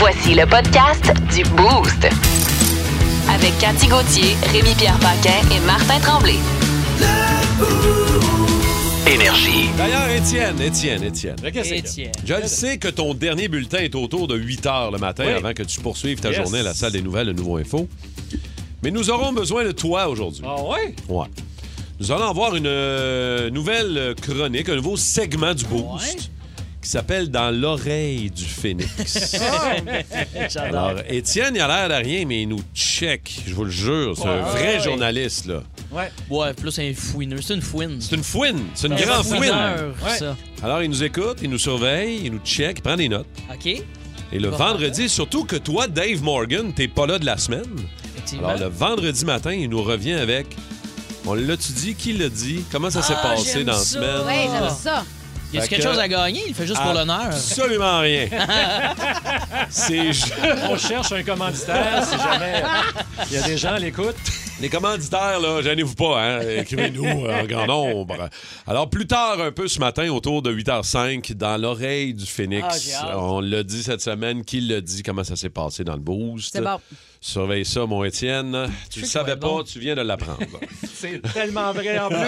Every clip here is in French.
Voici le podcast du Boost. Avec Cathy Gauthier, Rémi-Pierre Paquin et Martin Tremblay. Énergie. D'ailleurs, Étienne. Étienne. Je le sais que ton dernier bulletin est autour de 8 h le matin avant que tu poursuives ta journée à la salle des nouvelles de Nouveau Info. Mais nous aurons besoin de toi aujourd'hui. Ah ouais? Ouais. Nous allons avoir une nouvelle chronique, un nouveau segment du Boost qui s'appelle Dans l'oreille du phénix. Alors, Étienne, il a l'air de rien, mais il nous check, je vous le jure. C'est un vrai journaliste, là. Ouais, plus un fouineux. C'est une fouine. C'est une fouine. C'est une grande fouine. Ça. Alors, il nous écoute, il nous surveille, il nous check, il prend des notes. OK. Et le vendredi, surtout que toi, Dave Morgan, t'es pas là de la semaine. Effectivement. Alors, le vendredi matin, il nous revient avec... On l'a-tu dit? Qui l'a dit? Comment ça s'est passé dans la semaine? Oui, j'aime ça. Y a quelque chose à gagner? Il fait juste pour l'honneur. Absolument rien. On cherche un commanditaire si jamais il y a des gens à l'écoute. Les commanditaires, là, gênez-vous pas, hein? Écrivez-nous en grand nombre. Alors, plus tard, un peu ce matin, autour de 8h05, dans l'oreille du phénix, on l'a dit cette semaine. Qui l'a dit? Comment ça s'est passé dans le Boost? C'est bon. Surveille ça, mon Étienne. Tu le savais pas, tu viens de l'apprendre. C'est tellement vrai en plus.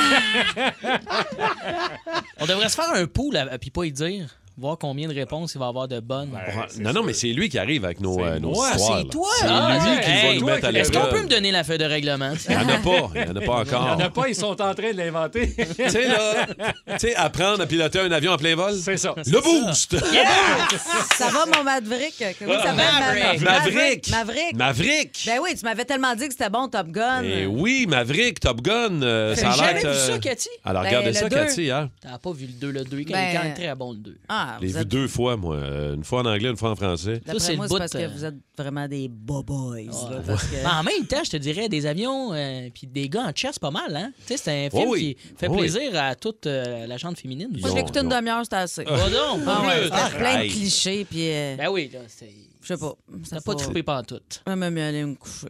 On devrait se faire un pool puis pas y dire. Voir combien de réponses il va avoir de bonnes. Non, mais c'est lui qui arrive avec nos Moi, histoires. c'est toi. C'est lui qui va nous mettre à Est-ce l'épreuve. qu'on peut me donner la feuille de règlement? Il n'y en a pas. Il n'y en a pas Il n'y encore. en a pas, ils sont en train de l'inventer. Tu sais, là, apprendre à piloter un avion en plein vol. C'est ça. Le Boost! Ça va, mon Maverick? Comment ça s'appelle? Maverick! Maverick. Maverick! Ben oui, tu m'avais tellement dit que c'était bon, Top Gun. Eh oui, Maverick, Top Gun, ça a J'ai l'air... jamais vu ça, Cathy. Alors, Ben, regardez le ça, 2. Cathy, hier. T'as pas vu le 2, le 2. Il Ben, est quand même très bon, le 2. Ah, Je l'ai vous vu êtes... 2 fois, moi. Une fois en anglais, une fois en français. Ça, c'est D'après le moi, bout c'est parce de- que vous êtes vraiment des boys. Là, parce que... Mais en même temps, je te dirais, des avions puis des gars en chasse, pas mal, hein? Tu sais, c'est un film oui. qui fait plaisir à toute la gente féminine. Moi, je l'ai écouté une demi-heure, c'était assez. Va donc, Ah ouais, plus. c'était plein de Arrête. clichés, puis Ben oui, là, c'est... je sais pas. T'as pas trippé pantoute. Je vais même aller me coucher.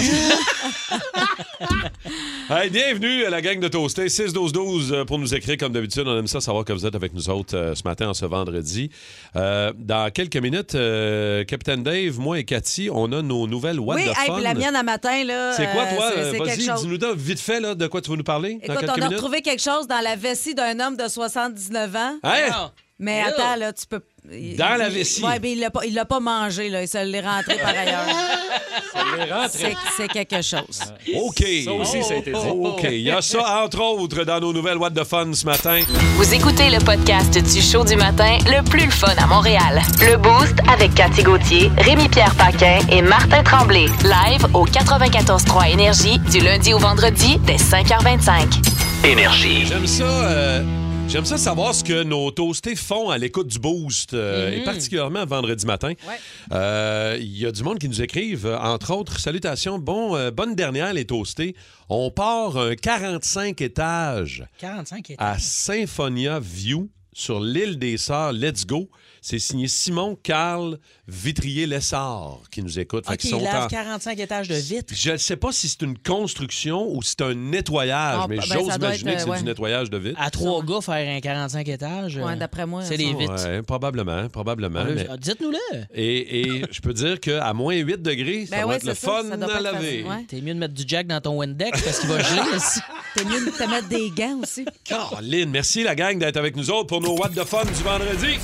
Hey, bienvenue à la gang de Toasté. 6-12-12 pour nous écrire comme d'habitude. On aime ça savoir que vous êtes avec nous autres ce matin, ce vendredi. Dans quelques minutes, Capitaine Dave, moi et Cathy, on a nos nouvelles What Oui, the hey, Fun. puis la mienne à matin, là. C'est quoi, toi? c'est quelque Vas-y, chose. dis-nous donc vite fait là, de quoi tu vas nous parler dans Écoute, quelques on a minutes. retrouvé quelque chose dans la vessie d'un homme de 79 ans. Hein? Mais Ew. attends, là, tu peux... Dans la vessie? Oui, mais il l'a pas mangé, là. Il se l'est rentré par ailleurs. C'est quelque chose. OK. Ça aussi, ça a été dit. OK. Il y a ça, entre autres, dans nos nouvelles What the Fun ce matin. Vous écoutez le podcast du show du matin le plus le fun à Montréal. Le Boost avec Cathy Gauthier, Rémi-Pierre Paquin et Martin Tremblay. Live au 94.3 Énergie du lundi au vendredi dès 5h25. Énergie. J'aime ça savoir ce que nos toastés font à l'écoute du Boost, et particulièrement vendredi matin. Il y a du monde qui nous écrivent, entre autres, salutations, bonne dernière les toastés. On part un 45 étages 45 étages. à Symphonia View sur l'île des Sœurs. Let's go. C'est signé Simon Carl Vitrier-Lessard qui nous écoute. Fait OK, qu'ils il sont lave en- 45 étages de vitres. Je ne sais pas si c'est une construction ou si c'est un nettoyage, Ah, mais ben, j'ose ça doit imaginer être, que c'est ouais. du nettoyage de vitres. À 3 gars, faire un 45 étages. Ouais, d'après moi, c'est ça. des vitres. Ouais, probablement. mais- Dites-nous-le. Et je peux dire qu'à moins 8 degrés, ça Ben va ouais, être le c'est ça, fun ça doit à pas être laver. facile, ouais. T'es mieux de mettre du jack dans ton Windex parce qu'il va geler. T'es mieux de te mettre des gants aussi. Caroline, merci la gang d'être avec nous autres pour nos What the Fun du vendredi.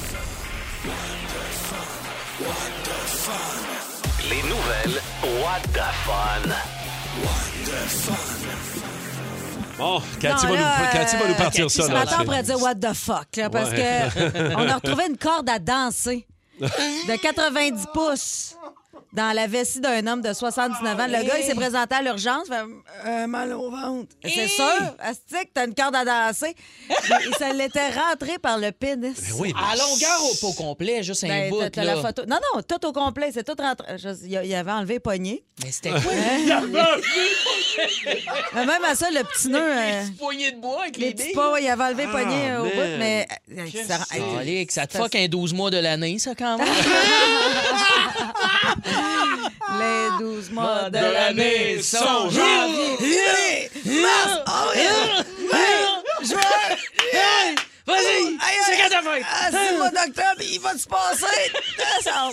Les nouvelles What the Fun. Bon, Cathy Non, va là, nous partir ça. Ce là, matin, on c'est- pourrait dire what the fuck, là, parce que on a retrouvé une corde à danser de 90 pouces dans la vessie d'un homme de 79 ans. Le gars, il s'est présenté à l'urgence, fait mal au ventre. C'est sûr, Astic, t'as une corde à danser. Il se l'était rentré par le pénis. Oui, À longueur au complet, juste un Ben, bout. t'as là. la photo. Non, tout au complet, c'est tout rentré. Il avait enlevé les poignets. Mais c'était quoi? Mais même à ça, le petit nœud. Poignée de bois avec Les petits pas, ouais, il avait enlevé les poignets au bout, mais. Allez, ça te fuck un 12 mois de l'année, ça, quand même. Les 12 mois de l'année sont janvier, mars, avril, mai, juin, Vas-y! C'est quand ta fête! Ah, c'est le mois d'octobre, il va se passer décembre.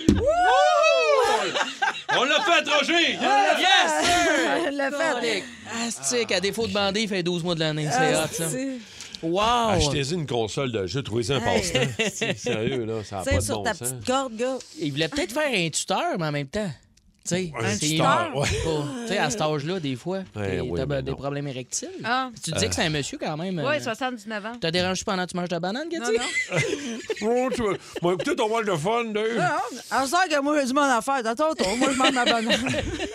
On l'a fait, Roger! Yes, sir! Le fait. Astique, à défaut de bander, il fait 12 mois de l'année. C'est hot, ça. Wow! Achetez-y une console de jeu, trouvez-y un passe-temps. C'est sérieux, là, ça n'a pas Tire de sur bon ta sens. petite corde, gars. Il voulait peut-être faire un tuteur, mais en même temps. Tu sais, Un c'est tuteur, ouais. Tu sais, à cet âge-là, des fois, Ouais, oui, t'as mais des non. problèmes érectiles. Ah. Tu dis que c'est un monsieur quand même. Oui, 79 ans. T'as dérangé pendant que tu manges de la banane, Non, Cathy? non. Oh, tu vas écouter ton mal de fun, Dave. Non, on sait que moi, j'ai du monde à faire. Attends, moi, je mange ma banane.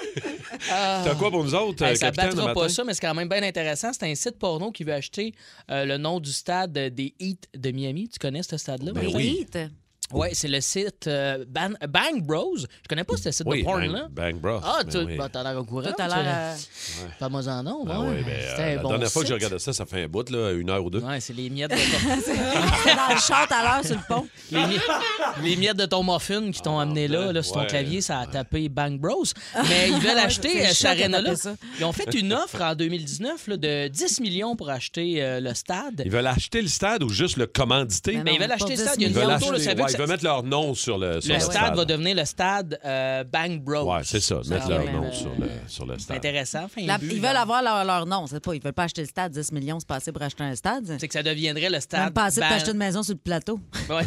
T'as quoi pour nous autres, Hey, ça capitaine, battra le pas matin? ça, mais c'est quand même bien intéressant. C'est un site porno qui veut acheter le nom du stade des Heat de Miami. Tu connais ce stade-là? Ben oui. Ouais, c'est le site Bang Bros. Je connais pas ce site Oui, de porn-là. Bang Bros. Ah, Ben tu oui. t'as l'air au courant. Tout à l'heure. Pas moi en nom. Ah oui, ben, C'était un la bon dernière fois que j'ai site. regardé ça, ça fait un bout, là, 1 heure ou 2. Ouais, c'est les miettes de C'est dans le char à l'heure sur le pont. les miettes de ton muffin qui t'ont amené là, sur ton ouais. clavier, ça a tapé Bang Bros. Mais ils veulent acheter c'est cette chiant qu'il a arena-là. tapé ça. Ils ont fait une offre en 2019 là, de 10 millions pour acheter le stade. Ils veulent acheter le stade ou juste le commanditer? Mais Mais ils veulent non, acheter le pas stade. Il y a une Ils veulent photo, là, ça veut que ils veulent mettre leur nom sur le le stade va devenir le stade Bang Bros. Ouais, c'est ça, mettre leur ouais, nom mais- sur le C'est stade. intéressant. Fin but, Ils veulent avoir leur nom. C'est pas, ils veulent pas acheter le stade. 10 millions, c'est pas assez pour acheter un stade. C'est que ça deviendrait le stade. Même pas assez pour Bang- acheter une maison sur le plateau. Ouais.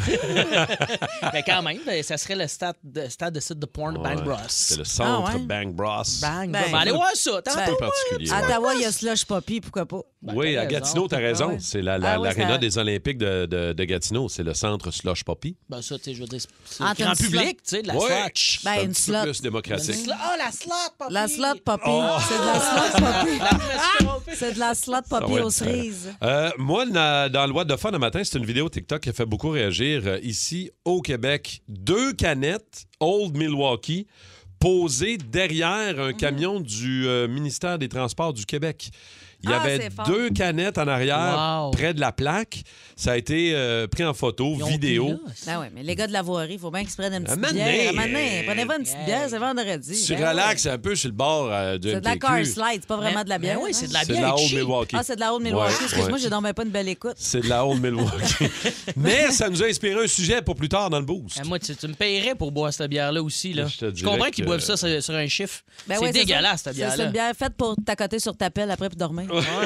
Mais quand même, ça serait le stade de site de porn de Bang Ouais. Bros. C'est le centre Ah ouais? Bang Bros. Bang Ben, Bros. Ben, allez voir ça. C'est un Tantôt, peu particulier. À ouais. Ottawa, il y a Slush Poppy, pourquoi pas? Oui, t'as à raison. Gatineau, t'as raison. Ah ouais. C'est Ah oui, l'aréna ça- des Olympiques de Gatineau. C'est le centre Slush Poppy. Ben ça, tu sais, je veux dire, c'est Entre grand une slot. public, tu sais, de la Ouais. slotch. Ben, C'est un une petit peu slot. plus démocratique. Ah, la slot, papi! La slot Poppy. Oh. C'est de la slot Poppy. C'est de la slot Ça Poppy va être aux cerises. Moi, dans le What the Fun le matin, c'est une vidéo TikTok qui a fait beaucoup réagir ici au Québec. 2 canettes Old Milwaukee posées derrière un camion du ministère des Transports du Québec. Il y Ah, avait c'est fort. 2 canettes en arrière, Wow. près de la plaque. Ça a été pris en photo, Ils ont vidéo. pris là, Ben oui, mais les gars de la voirie, il faut bien qu'ils se prennent une petite matin, bière. À matin, prenez-vous une petite bière, c'est vendredi. Tu Ben relaxes un peu sur le bord du oui. C'est de la MTQ. car slide, c'est pas vraiment de la bière. Ben oui, hein? c'est de la C'est de bière la Old cheap. Milwaukee. Ah, c'est de la Old Milwaukee. Ouais, Excuse-moi, ouais. j'ai donc pas une belle écoute. C'est de la Old Milwaukee. Mais ça nous a inspiré un sujet pour plus tard dans le boost. Moi, tu me payerais pour boire cette bière-là aussi. Là. Je te Je dirais comprends qu'ils que- boivent ça sur un chiffre. Ben c'est ouais, dégueulasse, ça. cette C'est bière-là. une bière faite pour t'accoter sur ta pelle après pour dormir.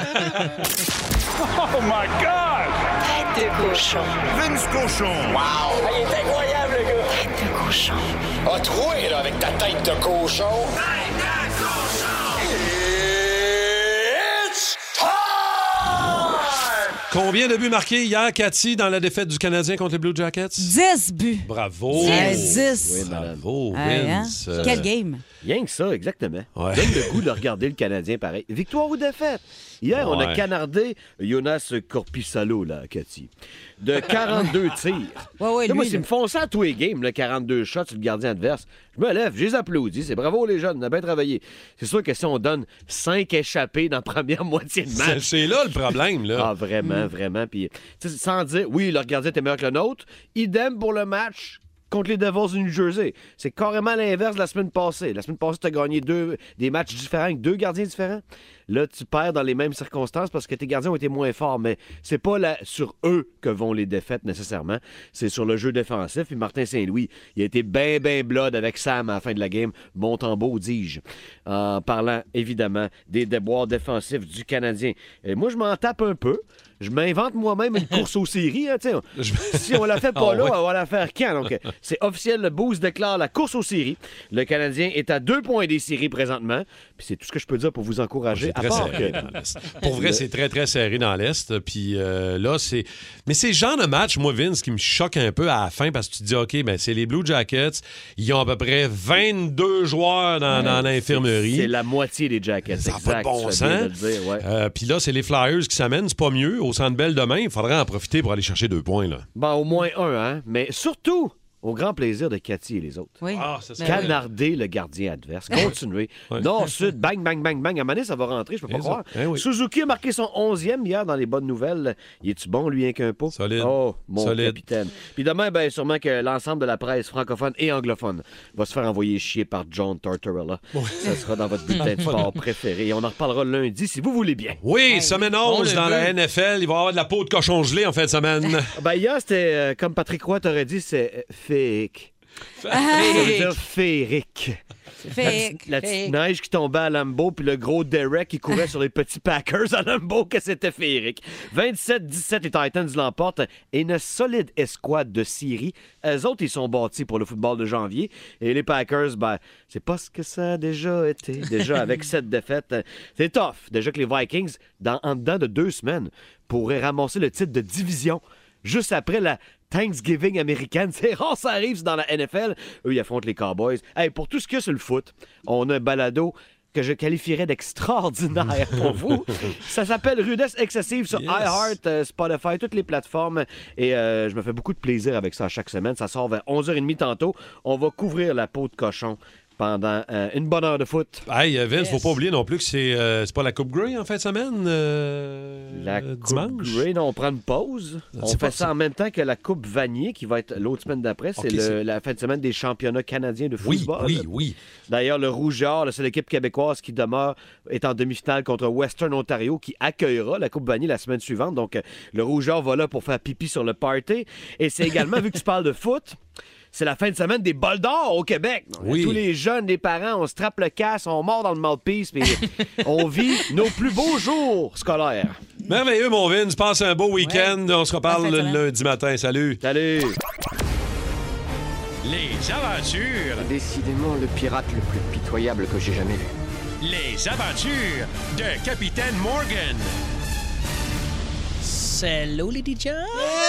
Oh my God! Tête de cochon. Vince Cochon! Wow! il est incroyable, le gars! Tête de cochon. A troué, là, avec ta tête de cochon. Tête de cochon! It's time! Combien de buts marqués hier, Cathy, dans la défaite du Canadien contre les Blue Jackets? 10 buts. Bravo! 10. Oui, madame. Bravo, Hey, hein? Vince. Quel game. Rien que ça, exactement. Ouais. Donne le goût de regarder le Canadien pareil. Victoire ou défaite? Hier, on a Ouais. canardé Jonas Corpissalo, là, Cathy. De 42 tirs. Ouais, Là, moi, lui, s'ils me font ça à tous les games, là, 42 shots sur le gardien adverse, je me lève, je les applaudis. C'est bravo, les jeunes, on a bien travaillé. C'est sûr que si on donne 5 échappés dans la première moitié de match, C'est là le problème, là. ah, vraiment, vraiment. Puis, tu sais, sans dire, oui, leur gardien était meilleur que le nôtre. Idem pour le match contre les Devils du New Jersey. C'est carrément l'inverse de la semaine passée. La semaine passée, tu as gagné des matchs différents avec 2 gardiens différents. Là, tu perds dans les mêmes circonstances parce que tes gardiens ont été moins forts. Mais c'est pas sur eux que vont les défaites nécessairement. C'est sur le jeu défensif. Puis Martin Saint-Louis, il a été ben blood avec Sam à la fin de la game. Bon tambour, dis-je. En parlant, évidemment, des déboires défensifs du Canadien. Et moi, je m'en tape un peu. Je m'invente moi-même une course aux séries. Hein, si on la fait pas Ah là, ouais. on va la faire quand? Donc, c'est officiel, le Boost déclare la course aux séries. Le Canadien est à 2 points des séries présentement. Puis c'est tout ce que je peux dire pour vous encourager. C'est très à part serré que... dans l'Est. Pour vrai, c'est très, très serré dans l'Est. Puis là, c'est... Mais c'est le genre de match, moi, Vince, qui me choque un peu à la fin parce que tu te dis, OK, ben c'est les Blue Jackets. Ils ont à peu près 22 joueurs dans l'infirmerie. C'est la moitié des Jackets. Ça n'a pas de bon tu fais bien sens. de le dire, ouais. Puis là, c'est les Flyers qui s'amènent. C'est pas mieux. Au Centre Bell demain, il faudrait en profiter pour aller chercher 2 points. Là. Bon, au moins un, hein? Mais surtout, au grand plaisir de Cathy et les autres. Oui. Ah, ça serait- Canarder le gardien adverse. Continuer. Nord-sud, bang, bang, bang, bang. À un moment donné, ça va rentrer, je peux pas Bien croire. sûr. Eh oui. Suzuki a marqué son 11e hier dans les bonnes nouvelles. Il est-tu bon, lui, un qu'un pot? Solide. Oh, mon Solide. capitaine. Puis demain, ben, sûrement que l'ensemble de la presse francophone et anglophone va se faire envoyer chier par John Tortorella. Ça sera dans votre bulletin de sport préféré. Et on en reparlera lundi, si vous voulez bien. Oui, semaine 11 le dans la veut. NFL. Il va y avoir de la peau de cochon gelé en fin de semaine. Ben, hier, c'était, comme Patrick Roy t'aurait dit, c'est fake. Ça veut dire féerique. Fake. La petite neige qui tombait à Lambeau, puis le gros Derek qui courait sur les petits Packers à Lambeau, que c'était féerique. 27-17, les Titans l'emportent. Et une solide escouade de Syrie. Eux autres, ils sont bâtis pour le football de janvier. Et les Packers, ben, c'est pas ce que ça a déjà été. Déjà, avec cette défaite, c'est tough. Déjà que les Vikings, en dedans de 2 semaines, pourraient ramasser le titre de division juste après la Thanksgiving américaine. C'est rare, ça arrive dans la NFL. Eux, ils affrontent les Cowboys. Hey, pour tout ce qu'il y a sur le foot, on a un balado que je qualifierais d'extraordinaire pour vous. Ça s'appelle Rudesse excessive sur iHeart, Spotify, toutes les plateformes. Et je me fais beaucoup de plaisir avec ça chaque semaine. Ça sort vers 11h30 tantôt. On va couvrir la peau de cochon pendant une bonne heure de foot. Hey, Vince, faut pas oublier non plus que c'est pas la Coupe Grey en fin de semaine. La dimanche. Coupe Grey, non, on prend une pause. On C'est fait pas ça en même temps que la Coupe Vanier, qui va être l'autre semaine d'après. C'est Ok, c'est- la fin de semaine des championnats canadiens de Oui, football. oui, oui. D'ailleurs, le Rouge-Or, c'est l'équipe québécoise qui demeure, est en demi-finale contre Western Ontario, qui accueillera la Coupe Vanier la semaine suivante. Donc, le Rouge-Or va là pour faire pipi sur le party. Et c'est également, vu que tu parles de foot, c'est la fin de semaine des bols d'or au Québec. Oui. Tous les jeunes, les parents, on se trappe le casse, on mord dans le mouthpiece, puis on vit nos plus beaux jours scolaires. Merveilleux, mon Vince. Passe un beau week-end. On se reparle Bonne fin de le semaine. lundi matin. Salut. Salut! Les aventures, Décidément le pirate le plus pitoyable que j'ai jamais vu. les aventures de Capitaine Morgan. Hello, Lady John!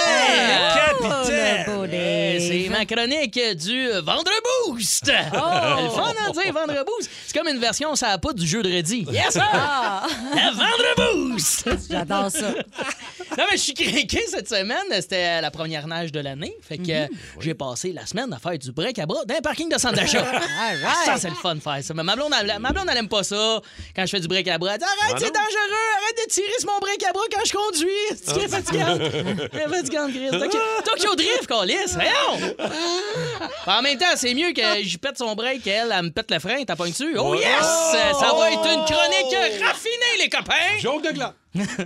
Capitaine! le beau C'est Dave. ma chronique du Vendre Boost! Le fun à dire Vendre Boost! C'est comme une version ça a pas du jeu de Reddy. Yes, sir! Le Vendre Boost! J'adore ça. Non, mais je suis craqué cette semaine. C'était la première neige de l'année. Fait que j'ai passé la semaine à faire du break à bras dans un parking de centre d'achat. Ça, c'est le fun de faire ça. Mais ma blonde, elle aime pas ça. Quand je fais du break à bras, elle dit arrête, c'est dangereux. Arrête de tirer sur mon break à bras quand je conduis. C'est qui est fatigante. Elle est fatigante, Chris. Tokyo Drift, câlisse. Voyons! En même temps, c'est mieux que je pète son break qu'elle me pète le frein. T'as pas dessus? Oh yes! Ça va être une chronique raffinée, les copains! Joke de gland.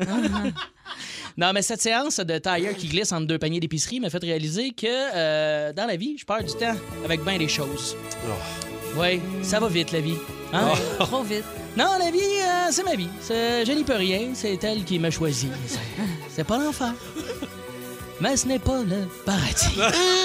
Non, mais cette séance de tailleur qui glisse entre 2 paniers d'épicerie m'a fait réaliser que dans la vie, je perds du temps avec bien des choses. Oui, ça va vite, la vie. Hein? Trop vite. Non, la vie, c'est ma vie. Je n'y peux rien. C'est elle qui m'a choisi. C'est pas l'enfer. Mais ce n'est pas le paradis.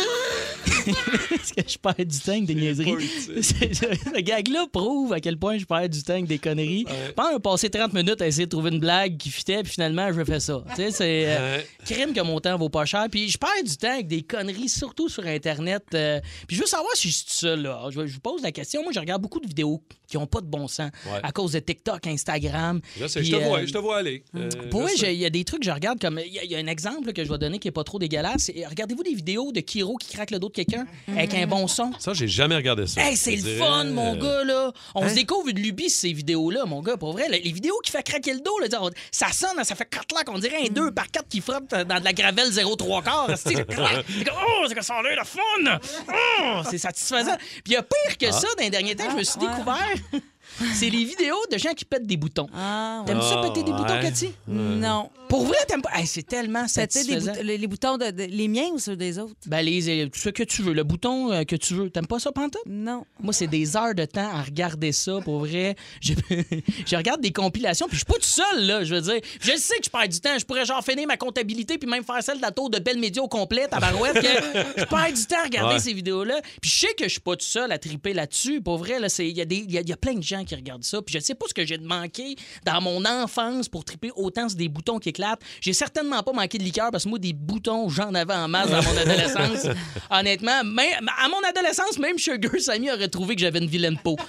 Est-ce que je perds du temps avec des niaiseries? Ce gag-là prouve à quel point je perds du temps avec des conneries. Je pense qu'on a passé 30 minutes à essayer de trouver une blague qui fitait, puis finalement, je fais ça. Tu sais, c'est crime que mon temps vaut pas cher. Puis je perds du temps avec des conneries, surtout sur Internet. Puis je veux savoir si je suis tout seul, là. Je vous pose la question. Moi, je regarde beaucoup de vidéos qui ont pas de bon sens à cause de TikTok, Instagram. Là, Puis, je te vois aller. pour je vrai, sais. il y a des trucs que je regarde comme. Il y a un exemple que je vais donner qui est pas trop dégueulasse. Regardez-vous des vidéos de Kiro qui craque le dos de quelqu'un avec un bon son? Ça, j'ai jamais regardé ça. Hey, c'est Je le dirais, fun, mon gars, là. On se découvre une lubie sur ces vidéos-là, mon gars. Pour vrai, les vidéos qui fait craquer le dos, là, ça sonne, ça fait 4 lacs. On dirait un 2 par 4 qui frappe dans de la gravelle 0,3. C'est comme, oh, c'est que ça a l'air de fun! Oh, c'est satisfaisant. Puis il y a pire que ça, dans les derniers temps, je me suis découvert. C'est les vidéos de gens qui pètent des boutons. Ah, ouais. T'aimes ça péter des boutons, ouais. Cathy? Non. Pour vrai, t'aimes pas? Hey, c'est tellement C'était satisfaisant. les boutons les miens ou ceux des autres? Ben, ce que tu veux, le bouton que tu veux. T'aimes pas ça, pantoute? Non. Moi, c'est des heures de temps à regarder ça, pour vrai. Je regarde des compilations, puis je suis pas tout seul, là, je veux dire. Je sais que je perds du temps. Je pourrais genre finir ma comptabilité, puis même faire celle de la tour de Belle Média au complet, à Barouette, que je perds du temps à regarder ces vidéos-là. Puis je sais que je suis pas tout seul à triper là-dessus. Pour vrai, là, il y a plein de gens qui regardent ça, puis je sais pas ce que j'ai manqué dans mon enfance pour triper autant sur des boutons qui éclatent. J'ai certainement pas manqué de liqueur, parce que moi, des boutons, j'en avais en masse dans mon adolescence. Honnêtement, à mon adolescence, même Sugar Sammy aurait trouvé que j'avais une vilaine peau.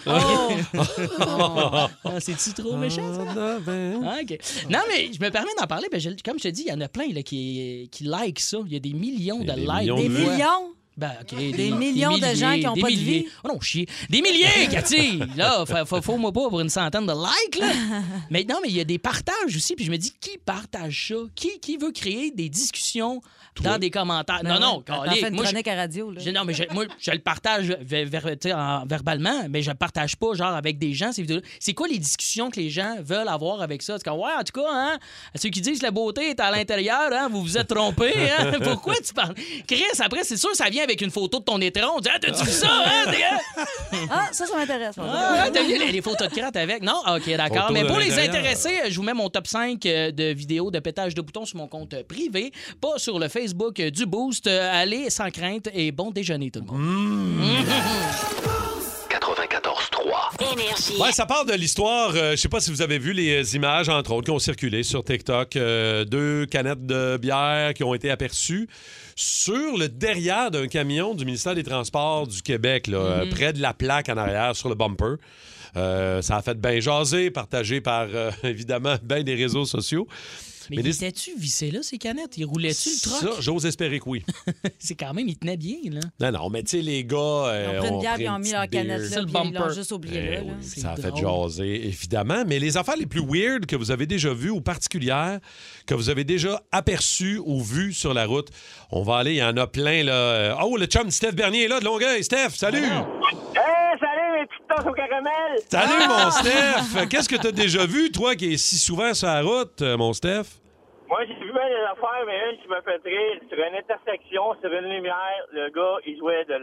C'est-tu trop méchant, ça? Ah, OK. Non, mais je me permets d'en parler. Comme je te dis, il y en a plein là, qui like ça. Il y a des millions de likes. millions Des de vues. millions? Ben, OK. Des millions de gens qui n'ont pas de vie. Oh non, chier. Des milliers, Cathy! Là, faut-moi pas pour une centaine de likes, là. Mais non, mais il y a des partages aussi. Puis je me dis, qui partage ça? Qui veut créer des discussions dans des commentaires? Non. T'en fais une chronique à radio, là. Non, mais moi, je le partage verbalement, mais je le partage pas, genre, avec des gens, ces vidéos-là. C'est quoi les discussions que les gens veulent avoir avec ça? C'est comme, ouais, en tout cas, hein, ceux qui disent que la beauté est à l'intérieur, hein, vous vous êtes trompés, hein? Pourquoi tu parles? Chris, après, c'est sûr, ça vient avec une photo de ton étron. On dit, ah, t'as-tu vu ça, hein? Ça m'intéresse. T'as vu les photos de crotte avec? Non? OK, d'accord. Photo Mais de pour les l'intérieur. intéressés, je vous mets mon top 5 de vidéos de pétage de boutons sur mon compte privé, pas sur le Facebook du Boost. Allez sans crainte et bon déjeuner, tout le monde. 94.3. Énergie. Ouais, ça part de l'histoire. Je sais pas si vous avez vu les images, entre autres, qui ont circulé sur TikTok. 2 canettes de bière qui ont été aperçues sur le derrière d'un camion du ministère des Transports du Québec, là, près de la plaque en arrière, sur le bumper. Ça a fait bien jaser, partagé par, évidemment, bien des réseaux sociaux. Mais étais-tu vissé là, ces canettes? Ils roulaient-tu le troc? Ça, j'ose espérer que oui. C'est quand même, ils tenaient bien, là. Non, mais tu sais, les gars... Ils ont pris une bière, puis ils ont mis leur canette là, C'est le puis ils l'ont bumper. juste oublié là. Oui, C'est ça a fait drôle. jaser, évidemment. Mais les affaires les plus weird que vous avez déjà vues ou particulières, que vous avez déjà aperçues ou vues sur la route, on va aller, il y en a plein, là. Oh, le chum Steph Bernier est là, de Longueuil. Steph, salut! Hey, salut mes petites tasses au caramel! Salut, mon Steph! Qu'est-ce que tu as déjà vu, toi, qui es si souvent sur la route, mon Steph? Moi, j'ai vu bien des affaires, mais une qui m'a fait rire. Sur une intersection, sur une lumière, le gars, il jouait de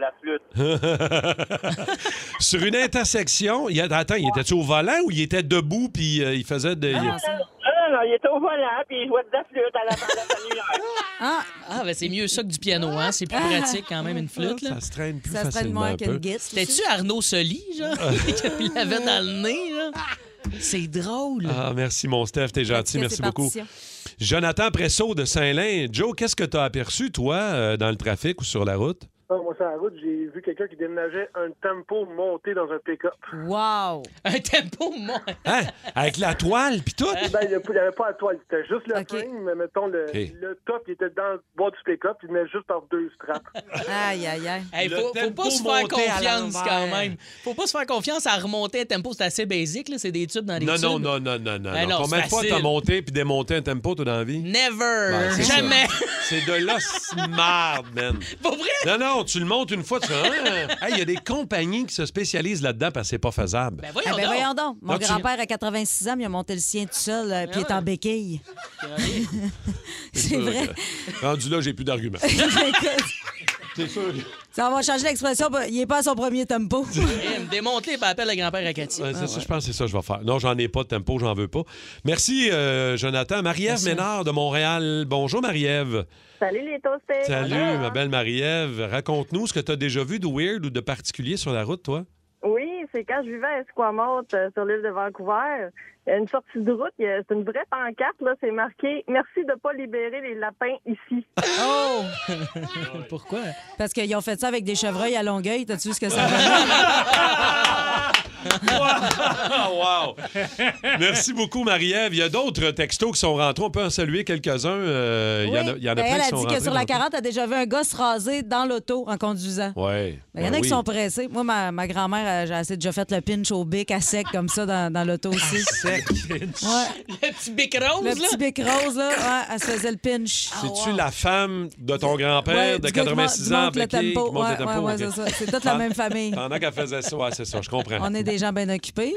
la flûte. Sur une intersection, attends, il était-tu au volant ou il était debout puis il faisait de... Non, il était au volant, puis il jouait de la flûte à la lumière. Ah, ben c'est mieux ça que du piano, hein? C'est plus pratique quand même, une flûte, là. Ça se traîne plus Ça se traîne facilement moins un qu'une peu. guitare. T'es-tu Arnaud Soli, genre? Qu'il l'avait dans le nez, là? C'est drôle. Ah, merci, mon Steph, t'es gentil, merci beaucoup. Jonathan Pressot de Saint-Lin. Joe, qu'est-ce que t'as aperçu, toi, dans le trafic ou sur la route? Moi, sur la route, j'ai vu quelqu'un qui déménageait un tempo monté dans un pick-up. Wow! Un tempo, moi. Hein? Avec la toile puis tout? Ben, il n'y avait pas la toile, c'était juste le frame, mais mettons, le top, il était dans le bois du pick-up, il venait juste par 2 straps. Aïe. Hey, faut pas se faire confiance quand même. Faut pas se faire confiance à remonter un tempo, c'est assez basique, là. C'est des tubes dans les tubes. Non. non, Combien de fois c'est t'as facile. monté puis démonté un tempo, toi, dans la vie? Never! Ben, c'est Jamais! C'est de l'os-marde, man. Pas vrai? Non, tu le montes une fois, tu fais... Hey, il y a des compagnies qui se spécialisent là-dedans parce que c'est pas faisable. Ben Voyons donc. Mon Non, grand-père, à 86 ans, il a monté le sien tout seul, puis il est en béquille. C'est vrai. Rendu là, j'ai plus d'arguments. C'est sûr. Ça va changer l'expression. Il est pas à son premier tempo. Me démonter et appelle le grand-père à Cathy. Ouais, ça, je pense que c'est ça que je vais faire. Non, j'en ai pas de tempo, j'en veux pas. Merci, Jonathan. Marie-Ève Ménard de Montréal. Bonjour, Marie-Ève. Salut les toastés. Salut, ma belle Marie-Ève. Raconte-nous ce que tu as déjà vu de weird ou de particulier sur la route, toi. Oui, c'est quand je vivais à Esquimalt, sur l'île de Vancouver. Il y a une sortie de route, c'est une vraie pancarte, là, c'est marqué « Merci de ne pas libérer les lapins ici ». Oh! Pourquoi? Parce qu'ils ont fait ça avec des chevreuils à Longueuil. T'as-tu vu ce que ça Wow! Merci beaucoup, Marie-Ève. Il y a d'autres textos qui sont rentrés. On peut en saluer quelques-uns. Il y en a plein elle qui a sont dit rentrés que sur la dans- 40, elle a déjà vu un gars se raser dans l'auto en conduisant. Ouais. Il y en a qui sont pressés. Moi, ma grand-mère, j'ai déjà fait le pinch au bic à sec comme ça dans l'auto aussi. Sec. Ouais. Le petit bic rose, Le là? petit bic rose, là, ouais, elle se faisait le pinch. C'est-tu la femme de ton grand-père Ouais, de du gars qui 86 monte ans le avec qui tempo. monte le Ouais, tempo? ouais, ok. c'est ça. C'est toute la même famille. Pendant qu'elle faisait ça, ouais, c'est ça, je comprends. On est des gens bien occupés.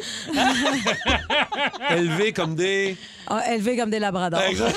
Élevés comme des... Élevés comme des labradors. Exact.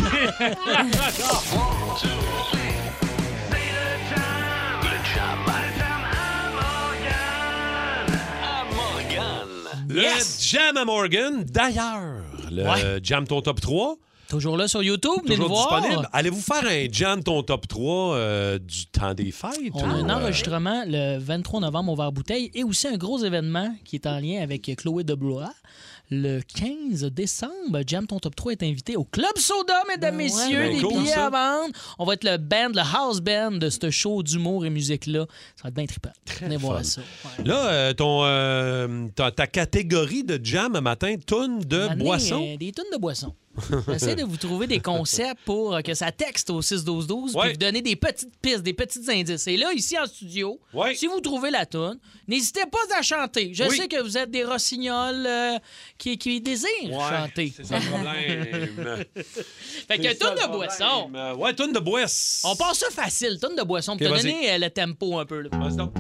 Le Jam à Morgan, d'ailleurs, le Jam Ton Top 3. Toujours là sur YouTube, venez nous Toujours voir. disponible. Allez-vous faire un Jam Ton Top 3 du temps des fêtes? On a un ou, enregistrement le 23 novembre au Vert-Bouteille et aussi un gros événement qui est en lien avec Chloé de Blois. Le 15 décembre, Jam Ton Top 3 est invité au Club Soda, mesdames, messieurs. Ben Des cool, billets ça. à vendre. On va être le band, le house band de ce show d'humour et musique-là. Ça va être bien trippant. Venez voir ça. Ouais. Là, ta catégorie de jam à matin, toune de Amener, boisson. des tonnes de boissons. J'essaie de vous trouver des concepts pour que ça texte au 6-12-12 puis vous donner des petites pistes, des petits indices. Et là, ici en studio, si vous trouvez la toune, n'hésitez pas à chanter. Je sais que vous êtes des rossignols qui désirent chanter. C'est ça le problème. Fait que toune de boisson. Ouais, toune de boisson. On passe ça facile, toune de boisson. Pour te donner le tempo un peu. Là. Vas-y donc.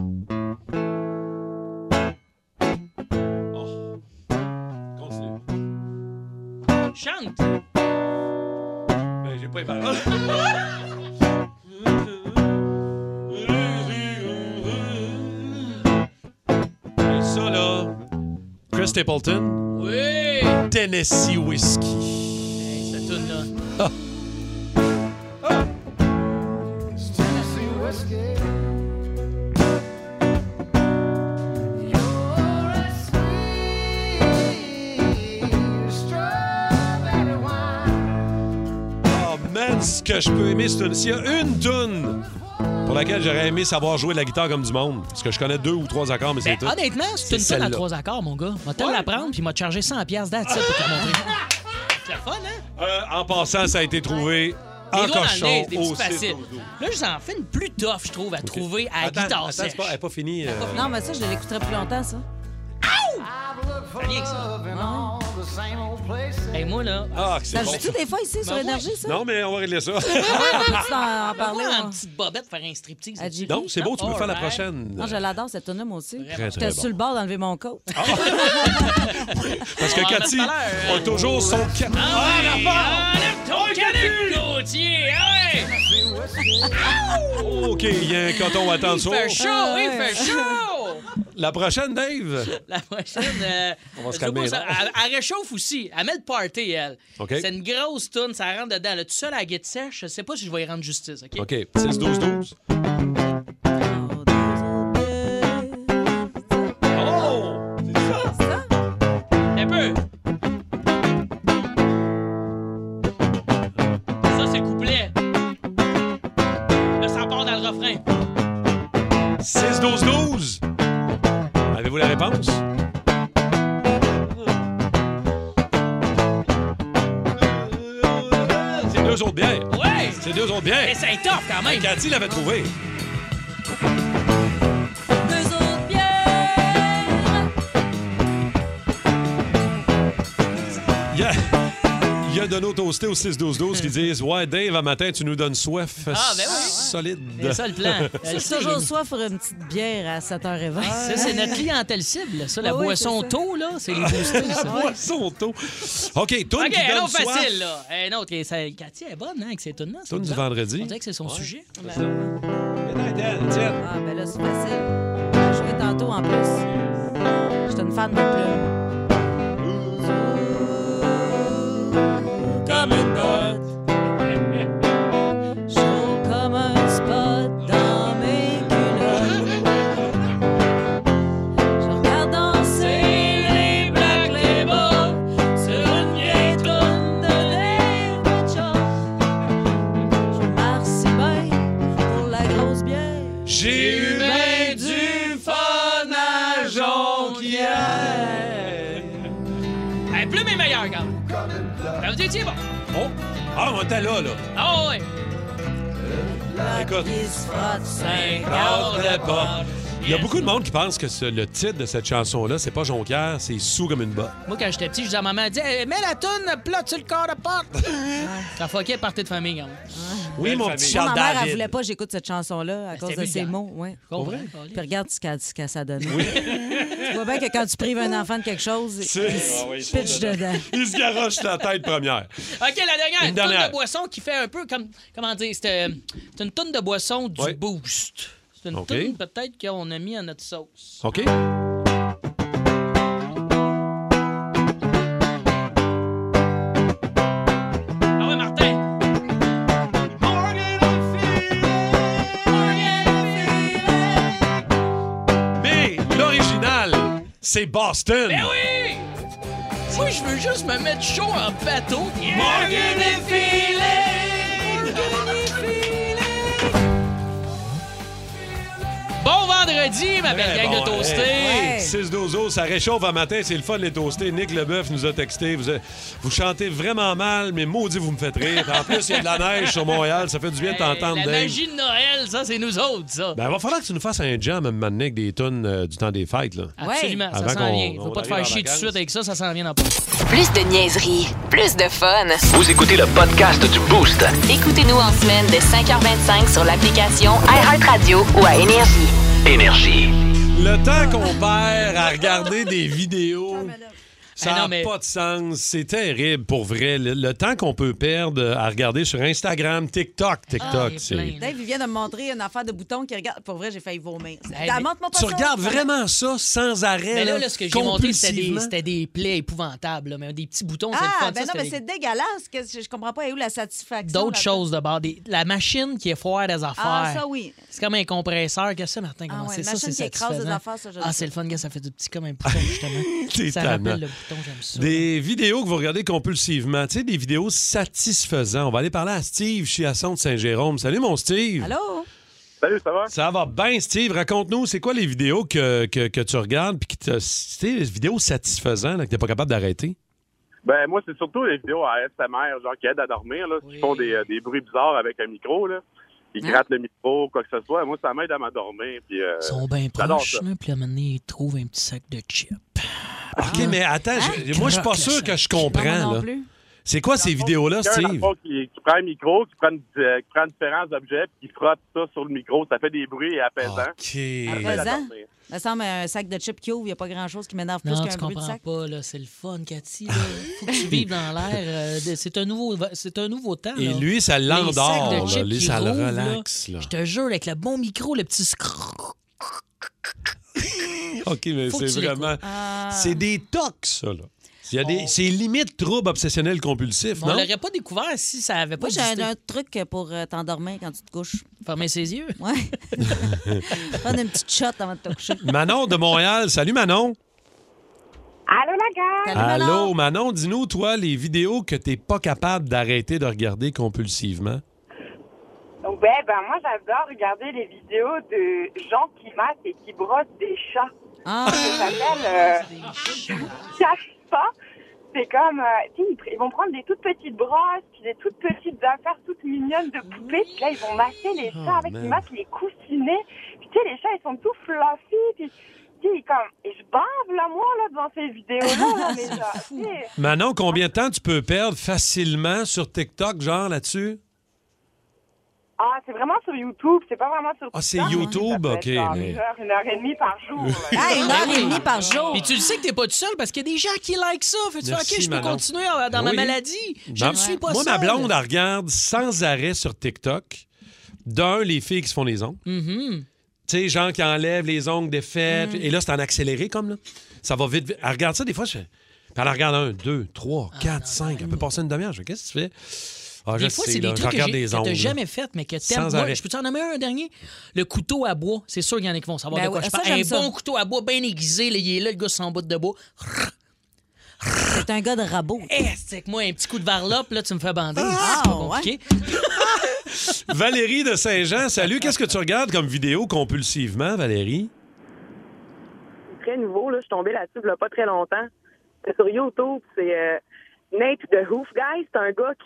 Chante! Ben, j'ai pas les paroles. Et ça, là, Chris Stapleton. Oui! Tennessee Whiskey. Hey, cette toune-là. Tennessee Whiskey. Ce que je peux aimer, c'est une... S'il y a une toune pour laquelle j'aurais aimé savoir jouer de la guitare comme du monde, parce que je connais 2 ou 3 accords, mais c'est tout. Honnêtement, c'est une toune à 3 accords, mon gars. Va te la prendre, puis m'a chargé 100$ d'attitude pour te la montrer. C'est la fun, hein? En passant, ça a été trouvé en cochon au 6-12-12. Là, j'en fais une plus tough, je trouve, à trouver à la guitare sèche. Elle n'est pas finie. Non, mais ça, je l'écouterai plus longtemps, ça. Rien que ça. Hey, moi, là. Ça joue-tu des fois ici sur Énergie, ça? Non, mais on va régler ça. On peut-tu en parler? Une petite bobette faire un striptease. Non, c'est beau, tu peux faire la prochaine. Non, je l'adore, cette tune-là, moi aussi. Très J'étais sur le bord d'enlever mon coat. Parce que Cathy a toujours son... Enlève ton canuc, Gauthier! OK, il y a un coton à attendre ça. Il fait chaud, il fait chaud! La prochaine, Dave? La prochaine... on va se calmer. Elle réchauffe aussi. Elle met le party, elle. Okay. C'est une grosse toune, ça rentre dedans. Là, tout seul à la guide sèche, je sais pas si je vais y rendre justice, OK? OK, 6-12-12. Oh! C'est ça? Un peu. Ça, c'est couplet. Là, ça part dans le refrain. 6-12-12. Avez-vous la réponse? C'est 2 autres bières. Ouais! C'est 2 autres bières. Et ça est tough quand même. Cathy l'avait trouvé. 2 autres bières. Il y a de nos toastés au 6-12-12 qui disent « Ouais, Dave, à matin, tu nous donnes soif. Ah, ben oui. Solide. » C'est ça le plan. C'est toujours soif pour une petite bière à 7h20. Ça, c'est notre clientèle cible. Ça, la boisson tôt, là, c'est les boostés, ça. La boisson tôt. OK, toune qui un donne autre soif. facile, là. Un autre. Cathy est bonne, hein, avec ces tunes-là. Toune du vendredi. On dirait que c'est son sujet. Tiens. Ah, ben là, c'est facile. J'ai joué tantôt en plus. J'étais une fan de plume. Comme une botte. Chaud comme un spot dans mes culottes. Je regarde danser les Black Label sur une vieille toune de Dave Mitchell. Je marche si bien pour la grosse bière. J'ai eu ben du fun à jonquière. Hey, Plume est meilleur, quand même. Ça vous dit, bon. Oh! Ah, on était là. Ah ouais. Écoute. Qui se frotte 5 heures de porte. Il y a beaucoup de monde qui pense que le titre de cette chanson-là, c'est pas Jonquière, c'est Sous comme une botte. Moi, quand j'étais petit, je disais à ma maman, mets la toune plate sur le corps de porte. Ça fuckait le party de famille, quand même. Oui, mon petit Charles Ma mère, elle David. voulait pas que j'écoute cette chanson-là à cause de ses mots. Ouais. Vrai? Puis regarde ce qu'elle ça donne. Tu vois bien que quand tu prives un enfant de quelque chose, il se pitch dedans. Il se garoche la tête première. OK, la dernière, Une une toune de boisson qui fait un peu comme... Comment dire? C'est une toune de boisson du Boost. C'est une toune peut-être qu'on a mis à notre sauce. OK. Ah ouais, Martin! Mais l'original, c'est Boston. Ben oui! Moi, je veux juste me mettre chaud en bateau. Morgan and feeling! Bon vendredi! vendredi, ma belle gang de toastés. 6-12, ça réchauffe un matin, c'est le fun les toastés. Nick Leboeuf nous a texté. Vous chantez vraiment mal, mais maudit, vous me faites rire. En plus, il y a de la neige sur Montréal, ça fait du bien de t'entendre, La Dave. magie de Noël, ça, c'est nous autres, ça. Ben, il va falloir que tu nous fasses un jam à un moment donné avec des tunes du temps des fêtes. Là. Absolument, ça Avant s'en vient. qu'on Faut pas te arrive faire en chier tout de vacances. suite avec ça s'en vient dans pas. Plus de niaiserie, plus de fun. Vous écoutez le podcast du Boost. Écoutez-nous en semaine de 5h25 sur l'application iHeartRadio ou à Énergie. Énergie. Le temps qu'on perd à regarder des vidéos, ça n'a mais- pas de sens. C'est terrible, pour vrai. Le temps qu'on peut perdre à regarder sur Instagram, TikTok, c'est... Dave, il vient de me montrer une affaire de bouton qui regarde. Pour vrai, j'ai failli vomir. Hey, mais Montre-moi pas Tu ça. regardes vraiment ça sans arrêt, Mais là, ce que j'ai montré, compulsivement? c'était des plaies épouvantables, là, mais des petits boutons, c'est le Ah, fun. ben ça, non, mais c'était c'est dégueulasse. Que je comprends pas où la satisfaction. d'autres là-dedans. choses de bord. La machine qui est foire des affaires. Ah, ça, oui. C'est comme un compresseur. Qu'est-ce que c'est, Martin? Ah, Comment ouais, c'est une ça? machine C'est qui écrase des satisfaisant. affaires, ça, je Ah, le c'est le fun, gars. Ça fait du petit comme un bouton, justement. C'est Ça tellement. rappelle le bouton, j'aime ça. Des vidéos que vous regardez compulsivement, tu sais, des vidéos satisfaisantes. On va aller parler à Steve, Chiasson de Saint-Jérôme. Salut, mon Steve. Allô? Salut, ça va? Ça va bien, Steve. Raconte-nous, c'est quoi les vidéos que tu regardes puis tu sais, les vidéos satisfaisantes là, que tu n'es pas capable d'arrêter? Ben, moi, c'est surtout les vidéos ASMR, genre qui aident à dormir, là, qui font des bruits bizarres avec un micro, là. Ils grattent le micro, quoi que ce soit. Moi, ça m'aide à m'endormir. Puis, Ils sont bien j'adore proches, ça. là, puis à un moment donné, ils trouvent un petit sac de chips. OK, mais attends, moi, je suis pas sûr que je comprends. Moi non Là. plus. C'est quoi ces vidéos-là, Quelqu'un, dans le Steve? fond, qui prend un micro, qui prend différents objets, puis qui frotte ça sur le micro. Ça fait des bruits apaisants. OK. Ça aide à Apaisant? dormir. Ça me semble un sac de chips qui ouvre. Il n'y a pas grand-chose qui m'énerve plus Non, qu'un tu bruit de comprends sac. pas, là. C'est le fun, Cathy. Là. Faut que tu vives dans l'air. C'est un nouveau temps. Et là. lui, ça Les l'endort. sacs de là. chips Lui, qui ça le rouvrent, relaxe. Là. Je te jure, avec le bon micro, le petit OK, mais Faut que c'est tu vraiment... Ah. C'est des tocs, ça, là. Il y a des... C'est limite trouble obsessionnel compulsif, On non? l'aurait pas découvert si ça avait pas Moi, j'ai existé. un truc pour t'endormir quand tu te couches. Fermer ses yeux. Ouais. Prendre une petite shot avant de te coucher. Manon de Montréal. Salut, Manon. Allô, la gang! Salut, Manon. Allô, Manon, dis-nous, toi, les vidéos que t'es pas capable d'arrêter de regarder compulsivement. Ouais, ben moi, j'adore regarder les vidéos de gens qui matent et qui brossent des chats. Ah. Ça s'appelle Cache-pas. C'est comme, tu sais, ils vont prendre des toutes petites brosses, puis des toutes petites affaires toutes mignonnes de poupées, puis là, ils vont masser les chats avec, ils massent les coussinets. Puis tu sais, les chats, ils sont tout fluffy, puis tu sais, comme, et je bave, là, moi, là, devant ces vidéos-là, là, les chats, tu sais. Manon, combien de temps tu peux perdre facilement sur TikTok, genre, là-dessus? Ah, c'est vraiment sur YouTube, c'est pas vraiment sur Ah, c'est TikTok, YouTube? ça peut OK, être genre mais- une heure et demie par jour. là. Ah, 1h30 par jour. Puis tu le sais que t'es pas tout seul parce qu'il y a des gens qui like ça. Fais-tu Merci, OK, je peux Manon. continuer dans ma Oui. maladie. Je Ben, ne suis pas moi, seul. ma blonde, elle regarde sans arrêt sur TikTok. D'un, les filles qui se font les ongles. Mhm. Tu sais, gens qui enlèvent les ongles défaits. Et là, c'est en accéléré, comme là. Ça va vite. Elle regarde ça, des fois, puis elle en regarde 1, 2, 3, 4, 5. Elle peut passer une demi-heure. Je fais, qu'est-ce que tu fais? Ah, Des je fois, sais, c'est là, des je trucs que regarde des t'as ongles. jamais fait, mais que t'aimes. Sans Moi, arrêt. je peux t'en nommer un dernier? Le couteau à bois. C'est sûr qu'il y en a qui vont savoir Ben de quoi oui, je ça, parle. j'aime Un ça. bon couteau à bois bien aiguisé. Là, il est là, le gars sur son bout de bois. C'est un gars de rabot. C'est que moi, un petit coup de varlope, là, tu me fais bander. Ah, c'est pas compliqué. Valérie de Saint-Jean, salut. Qu'est-ce que tu regardes comme vidéo compulsivement, Valérie? Très nouveau, là, je suis tombée là-dessus il y a pas très longtemps. C'est sur YouTube, c'est Nate the Hoof Guy. C'est un gars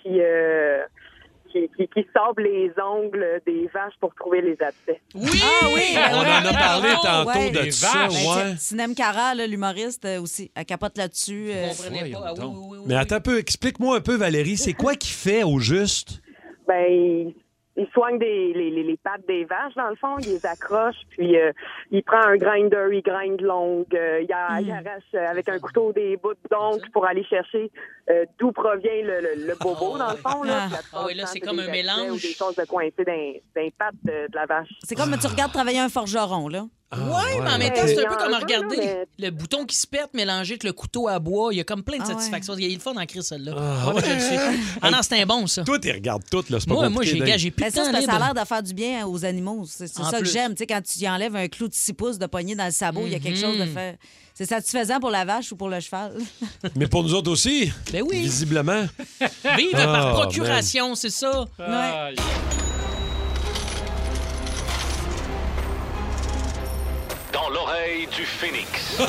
qui sable les ongles des vaches pour trouver les abcès. Oui! Ah oui! On en a parlé tantôt Ouais. de Les ça, vaches. ouais. Sinem Cara, là, l'humoriste aussi, elle capote là-dessus. Vous comprenez pas? Ah, oui, oui, oui, oui. Mais attends un peu, explique-moi un peu, Valérie, c'est quoi qu'il fait au juste? Ben, il soigne les pattes des vaches, dans le fond. Il les accroche, puis il prend un grinder, il grinde l'ongle. Il arrache avec un couteau des bouts d'ongles pour aller chercher d'où provient le bobo, dans le fond. Là. Puis la plupart Ah oui, du là, temps, c'est comme des un abcès mélange. Ou des choses de coincées dans les pattes de la vache. C'est comme tu regardes travailler un forgeron, là. Ouais, mais en même temps, Ouais. c'est un Il y peu a comme un peu, regarder là, mais- le bouton qui se pète mélangé avec le couteau à bois. Il y a comme plein de Ah ouais. satisfaction. Il y a le fun en crise, celle-là. Ah, Ouais, je le sais. Ah non, c'est un bon, ça. Toi, tu regardes tout, là, c'est pas Moi, compliqué, Dave. j'ai plus Ben de ça, temps c'est parce que ça a libre. l'air de faire du bien aux animaux. C'est En ça que plus. j'aime. Tu sais, quand tu y enlèves un clou de 6 pouces de poignée dans le sabot, il y a quelque chose de fait. C'est satisfaisant pour la vache ou pour le cheval. Mais pour nous autres aussi, Ben oui. visiblement. Vive Ah, par procuration, c'est ça. Aïe. Dans l'oreille du phénix.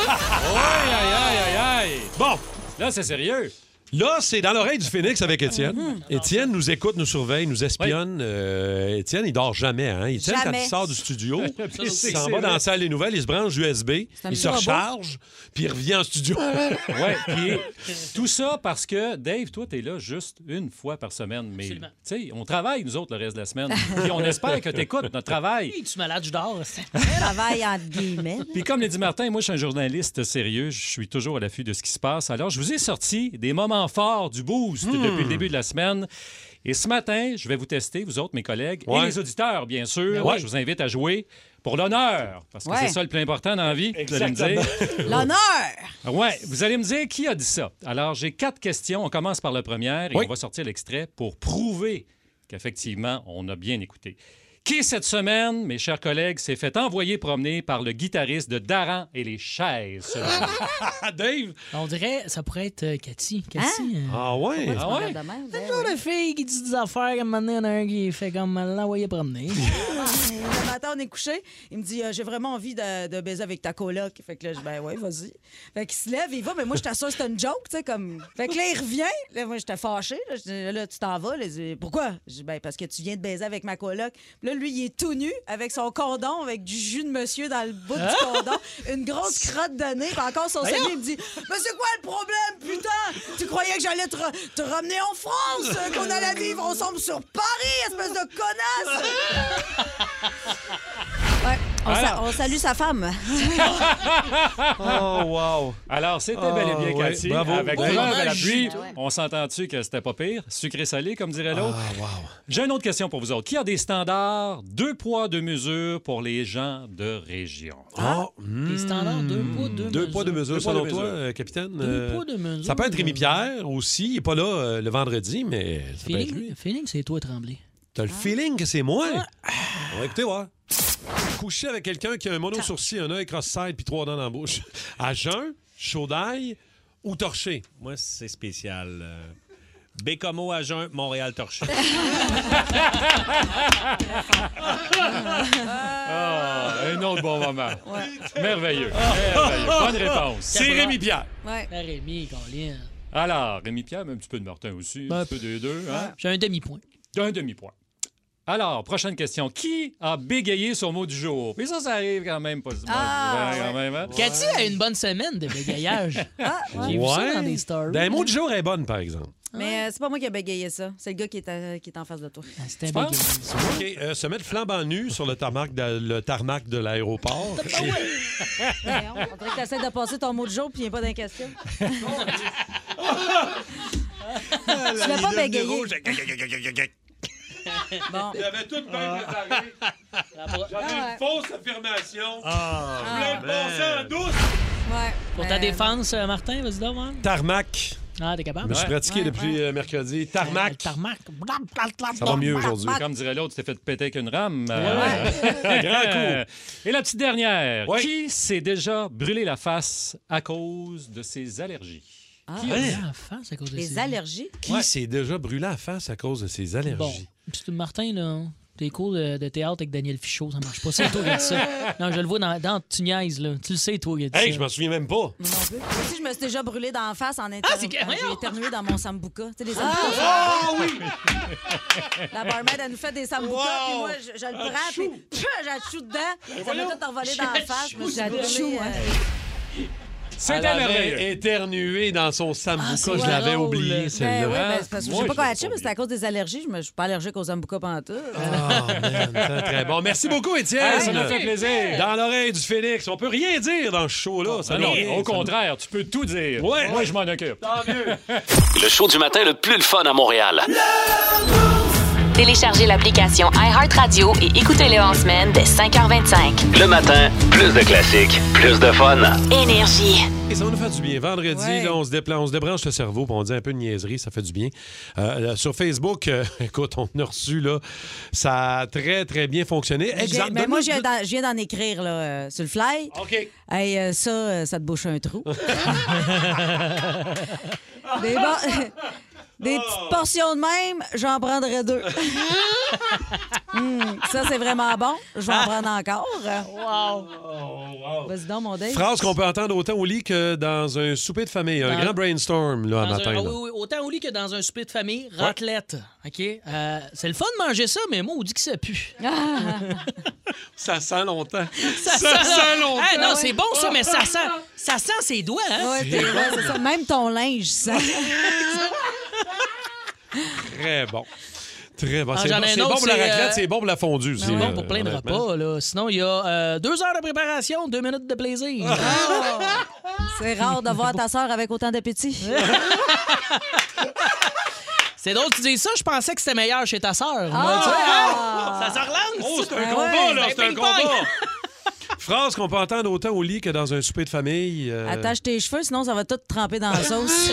Aïe. Bon, là, c'est sérieux. Là, c'est dans l'oreille du phénix avec Étienne. Étienne nous écoute, nous surveille, nous espionne. Étienne, il dort jamais. Hein? Étienne, quand il sort du studio, il s'en va dans la salle des nouvelles, il se branche USB, il se recharge, puis il revient en studio. Ouais, puis tout ça parce que, Dave, toi, t'es là juste une fois par semaine. Mais, tu sais, on travaille, nous autres, le reste de la semaine. Puis on espère que t'écoutes notre travail. Hey, tu malade, je dors. Travail entre guillemets. Puis comme l'a dit Martin, moi, je suis un journaliste sérieux. Je suis toujours à l'affût de ce qui se passe. Alors, je vous ai sorti des moments forts du Boost depuis le début de la semaine. Et ce matin, je vais vous tester, vous autres, mes collègues, et les auditeurs, bien sûr. Je vous invite à jouer pour l'honneur, parce que c'est ça le plus important dans la vie, vous allez me dire. L'honneur! Oui, vous allez me dire qui a dit ça. Alors, j'ai 4 questions. On commence par la première et on va sortir l'extrait pour prouver qu'effectivement, on a bien écouté. Qui, cette semaine, mes chers collègues, s'est fait envoyer promener par le guitariste de Daran et les chaises? Dave? On dirait, ça pourrait être Cathy. Cathy Ah ouais? C'est le genre de fille qui dit des affaires, à un moment donné, il y en a un qui fait comme l'envoyer promener. Le matin, on est couché. Il me dit j'ai vraiment envie de baiser avec ta coloc. Fait que là, je dis ben ouais, vas-y. Fait qu'il se lève, il va, mais moi, je t'assure, c'est une joke, tu sais, comme. Fait que là, il revient. Là, moi, j'étais fâchée. Là, je dis là, tu t'en vas. Là, il dit, pourquoi? Je dis ben parce que tu viens de baiser avec ma coloc. Puis là, lui, il est tout nu avec son condom, avec du jus de monsieur dans le bout du condom, une grosse crotte de nez. Puis encore son cellier, il me dit mais c'est quoi le problème, putain? Tu croyais que j'allais te ramener en France, qu'on allait vivre ensemble sur Paris, espèce de connasse? Ouais, on salue sa femme. Oh, wow. Alors, c'était bel et bien Cathy. Bravo. Avec preuve à l'appui, on s'entend-tu que c'était pas pire? Sucré-salé, comme dirait l'autre. Wow. J'ai une autre question pour vous autres. Qui a des standards 2 poids, 2 mesures pour les gens de région? Les standards 2 poids, 2 mesures. 2 poids, 2 mesures, selon toi, capitaine? 2 poids, 2 mesures. Ça peut être Rémi Pierre aussi. Il n'est pas là le vendredi, mais ça peut être lui. Feeling, c'est toi, Tremblay. T'as le feeling que c'est moi? On va écouter, voir. Coucher avec quelqu'un qui a un mono-sourcil, un œil cross-side puis 3 dents dans la bouche. À jeun, chaud d'ail ou torché? Moi, c'est spécial. Bécomo à jeun, Montréal torché. Un autre bon moment. Merveilleux. Bonne réponse. C'est Rémi Pierre. Ouais. Rémi, Colin. Alors, Rémi Pierre, mais un petit peu de Martin aussi. Un petit peu des deux. Hein? J'ai un demi-point. Un demi-point. Alors, prochaine question. Qui a bégayé son mot du jour? Mais ça arrive quand même pas souvent. Quand même, hein? Cathy a une bonne semaine de bégayage. J'ai vu ça dans des stories. Ben, un mot du jour est bonne, par exemple. Mais c'est pas moi qui ai bégayé ça. C'est le gars qui est en face de toi. C'était un bégayé. OK. Se mettre flambant nu sur le tarmac de l'aéroport. On dirait que tu essaies de passer ton mot du jour puis il n'y a pas d'inquiétude. Tu l'as pas bégayé. Bon. Il avait tout bien préparé. J'avais une fausse affirmation. Je voulais le passer en douce. Ouais. Pour ta défense, Martin, vas-y donc, man. Tarmac. Ah, t'es capable? Je me suis pratiqué depuis mercredi. Tarmac. Tarmac. Ça va mieux aujourd'hui. Comme dirait l'autre, tu t'es fait péter avec une rame. Grand coup. Et la petite dernière. Qui s'est déjà brûlé la face à cause de ses allergies? Qui a brûlé la face à cause de ses allergies? Qui s'est déjà brûlé la face à cause de ses allergies? Bon, puis Martin, là, tes cours de théâtre avec Daniel Fichot, ça marche pas. C'est toi qui as dit ça. Non, je le vois dans Tu niaises, là. Tu le sais, toi qui as dit ça. Je m'en souviens même pas. Moi aussi, je me suis déjà brûlé dans la face en éternuant. J'ai éternué dans mon sambuca. Tu sais, les sambucas. Oui! La barmaid, elle nous fait des sambucas, puis moi, je le prends, puis j'ai le chou dedans. Ça m'a tout envolé dans la face. Je me suis brûlé. C'était merveilleux. Éternué dans son sambuca. Je l'avais oublié, celle-là. Oui, parce que je sais pas quoi acheter, mais c'est à cause des allergies. Je suis pas allergique aux sambucas pantoute. Man, très bon. Merci beaucoup, Étienne. Ça m'a fait plaisir. Dans l'oreille du Phénix. On peut rien dire dans ce show-là. Au contraire, tu peux tout dire. Ouais. Moi, je m'en occupe. Tant mieux. Le show du matin le plus le fun à Montréal. Téléchargez l'application iHeartRadio et écoutez-le en semaine dès 5h25. Le matin, plus de classiques, plus de fun. Énergie. Et ça va nous faire du bien. Vendredi, là, on se débranche le cerveau, puis on dit un peu de niaiserie, ça fait du bien. Sur Facebook, écoute, on a reçu, là, ça a très, très bien fonctionné. Mais moi, je viens d'en écrire là, sur le fly. OK. Hey, ça te bouche un trou. Mais bon... Des petites portions de même, j'en prendrais 2. Ça, c'est vraiment bon. Je vais en prendre encore. Wow! Vas-y donc, mon Dave. Phrase qu'on peut entendre autant au lit que dans un souper de famille. Un grand brainstorm, là, à matin. Là. Oui, autant au lit que dans un souper de famille. Raclette. OK? C'est le fun de manger ça, mais moi, on dit que ça pue. Ça sent longtemps. Ça sent longtemps. Ah, non, c'est bon, ça, mais ça sent ses doigts. Hein? Ouais, c'est ça. Même ton linge, ça. Très bon. Très bon. Ah, C'est bon pour la raclette, c'est bon pour la fondue aussi. C'est bon pour plein de repas. Là. Sinon, il y a 2 heures de préparation, 2 minutes de plaisir. C'est rare de voir ta sœur avec autant d'appétit. C'est drôle que tu dises ça. Je pensais que c'était meilleur chez ta sœur. Ça se relance. Oh, c'est un combat, là. C'est un combat. Phrase qu'on peut entendre autant au lit que dans un souper de famille. Attache tes cheveux, sinon ça va tout tremper dans la sauce.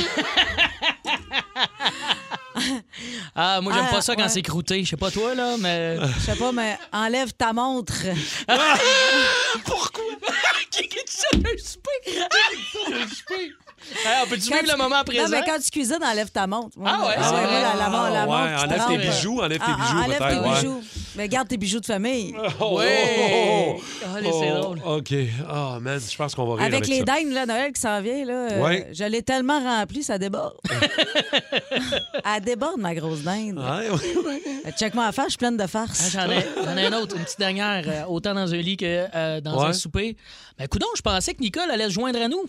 Moi, j'aime pas ça quand c'est croûté. Je sais pas toi, là, mais... Je sais pas, mais enlève ta montre. Pourquoi? Qui dit ça d'un souper? On peut-tu vivre le moment présent? Non, mais quand tu cuisines, enlève ta montre. Ouais, c'est vrai. La montre. Enlève tes bijoux, enlève tes bijoux. Mais garde tes bijoux de famille. Oui! C'est drôle. OK. Oh, man, je pense qu'on va rire avec les ça. dindes, là, Noël qui s'en vient, là, je l'ai tellement rempli, ça déborde. Elle déborde, ma grosse dinde. Check-moi la face, je suis pleine de farce. J'en ai une autre, une petite dernière, autant dans un lit que dans un souper. Ben, coudonc, je pensais que Nicole allait se joindre à nous.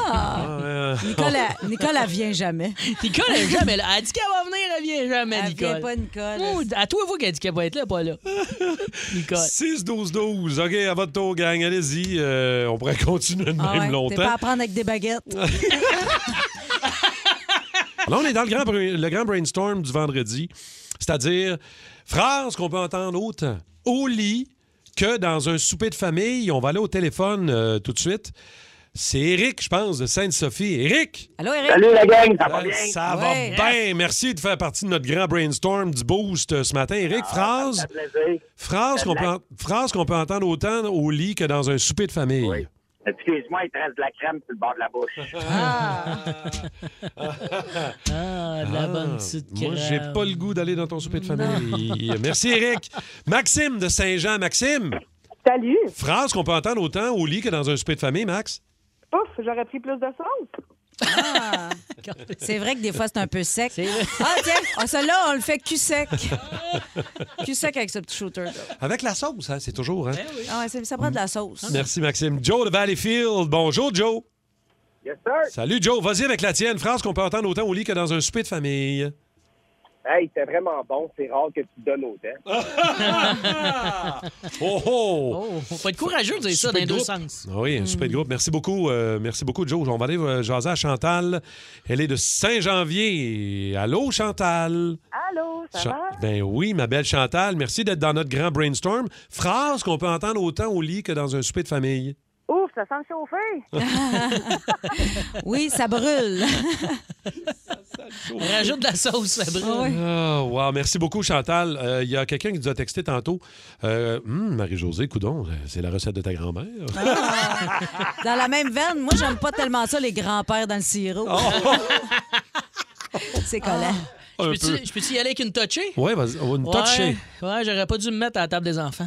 Nicole, elle vient jamais. Nicole, elle vient jamais. Elle a dit qu'elle va venir, elle vient jamais, Nicole. Elle vient pas, Nicole. À toi, vous, qu'elle dit qu'elle va être là, pas là. Nicole. 6-12-12. OK, à votre tour, gang. Allez-y. On pourrait continuer de même longtemps. T'es pas à prendre avec des baguettes. Là, on est dans le grand brainstorm du vendredi. C'est-à-dire, phrase qu'on peut entendre autant au lit que dans un souper de famille. On va aller au téléphone tout de suite. C'est Éric, je pense, de Sainte-Sophie. Éric! Allô, Éric? Salut, la gang, ça va bien? Ça va bien. Merci de faire partie de notre grand brainstorm du Boost ce matin. Éric, phrase qu'on peut entendre autant au lit que dans un souper de famille. Oui. Excuse-moi, il te reste de la crème sur le bord de la bouche. De la bonne petite crème. Moi, j'ai pas le goût d'aller dans ton souper de famille. Merci, Éric. Maxime de Saint-Jean. Maxime! Salut! Phrase qu'on peut entendre autant au lit que dans un souper de famille, Max? Ouf, j'aurais pris plus de sauce. C'est vrai que des fois, c'est un peu sec. Tiens, celle-là, on le fait cul sec. Cul sec avec ce petit shooter. Avec la sauce, hein? C'est toujours, hein? Oui. Ça prend de la sauce. Merci, Maxime. Joe de Valleyfield. Bonjour, Joe. Yes, sir. Salut, Joe. Vas-y avec la tienne. Phrase qu'on peut entendre autant au lit que dans un souper de famille. Hey, c'est vraiment bon. C'est rare que tu donnes autant. Faut être courageux de dire ça dans les deux sens. Oui, un souper de groupe. Merci beaucoup, Joe. On va aller jaser à Chantal. Elle est de Saint-Janvier. Allô, Chantal? Allô, ça va? Ben oui, ma belle Chantal. Merci d'être dans notre grand brainstorm. Phrase qu'on peut entendre autant au lit que dans un souper de famille. Ouf, ça sent chauffer. Oui, ça brûle. Rajoute de la sauce, ça brûle. Oh, wow, merci beaucoup, Chantal. Il y a quelqu'un qui nous a texté tantôt. Marie-Josée, coudonc, c'est la recette de ta grand-mère. Dans la même veine, moi, j'aime pas tellement ça, les grands-pères dans le sirop. C'est collant. Je peux-tu y aller avec une touchée? Oui, vas-y. Une touchée. Ouais, j'aurais pas dû me mettre à la table des enfants.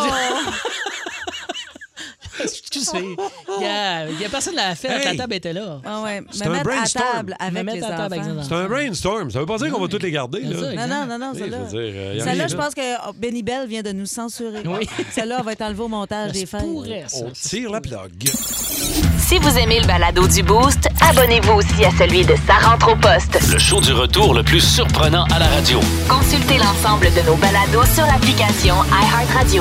Excusez. Il y a personne qui l'a fait. La table était là. C'est un brainstorm. À table avec les enfants. C'est un brainstorm. Ça veut pas dire qu'on va toutes les garder. Là. Non, celle-là. Celle-là, je pense que Benny Bell vient de nous censurer. Oui. Celle-là va être enlevée au montage des fêtes. On tire la plug. Si vous aimez le balado du Boost, abonnez-vous aussi à celui de Sa rentre au poste. Le show du retour le plus surprenant à la radio. Consultez l'ensemble de nos balados sur l'application iHeartRadio.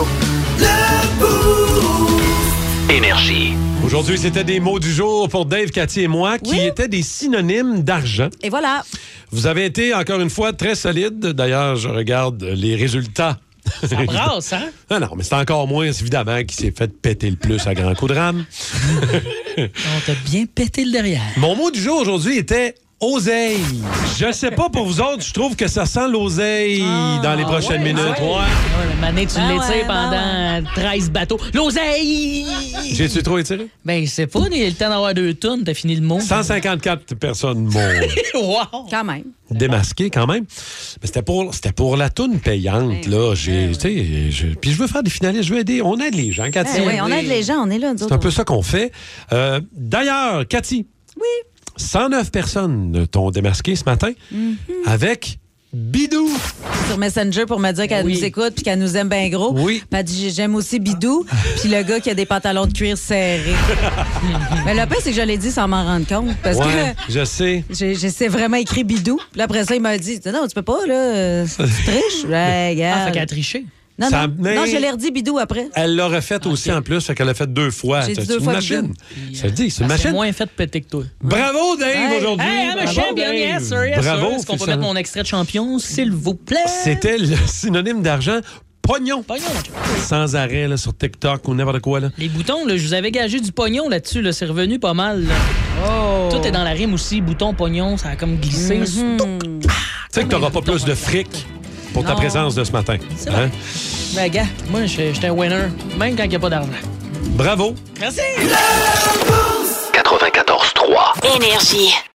Énergie. Aujourd'hui, c'était des mots du jour pour Dave, Cathy et moi qui étaient des synonymes d'argent. Et voilà. Vous avez été, encore une fois, très solide. D'ailleurs, je regarde les résultats. Ça brasse, hein? Ah non, mais c'est encore moins, évidemment, qui s'est fait péter le plus à grands coups de rame. On t'a bien pété le derrière. Mon mot du jour aujourd'hui était Oseille. Je sais pas pour vous autres, je trouve que ça sent l'oseille dans les prochaines minutes. Ouais, Mané, tu l'étires pendant 13 bateaux. L'oseille! J'ai-tu trop étiré? Ben, c'est pas, il y a le temps d'avoir 2 tonnes, t'as fini le mot. 154 personnes mortes. Wow! Quand même. Démasqué quand même. Mais c'était pour la toune payante, là. Puis je veux faire des finalistes, je veux aider. On aide les gens, Cathy. Oui, on aide les gens, on est là, nous autres. C'est un peu ça qu'on fait. D'ailleurs, Cathy. Oui. 109 personnes t'ont démasqué ce matin avec Bidou. Sur Messenger pour me dire qu'elle nous écoute puis qu'elle nous aime bien gros. Oui. Puis elle dit j'aime aussi Bidou. Puis le gars qui a des pantalons de cuir serrés. Mais le pire, c'est que je l'ai dit sans m'en rendre compte. Parce que je sais. J'ai vraiment écrit Bidou. Puis après ça, il m'a dit non, tu peux pas, là. Tu triches. Ouais, regarde. Fait qu'elle a triché. Non, je l'ai redit Bidou après. Elle l'a refait aussi en plus, fait qu'elle l'a fait 2 fois. J'ai dit c'est 2 une fois machine. Ça dit, c'est une machine. C'est moins fait péter que toi. Bravo, Dave, aujourd'hui. Hey, I'm a champion, yes, sir, yes, Bravo. Est-ce qu'on peut mettre mon extrait de champion, s'il vous plaît? C'était le synonyme d'argent. Pognon. Sans arrêt là, sur TikTok ou n'importe quoi. Là. Les boutons, là, je vous avais gagé du pognon là-dessus. Là, c'est revenu pas mal. Là. Oh. Tout est dans la rime aussi. Bouton, pognon, ça a comme glissé. Tu sais que t'auras pas plus de fric pour ta présence de ce matin. Hein? Ben, gars, moi, j'étais un winner, même quand il n'y a pas d'argent. Bravo. Merci. 94.3 Énergie.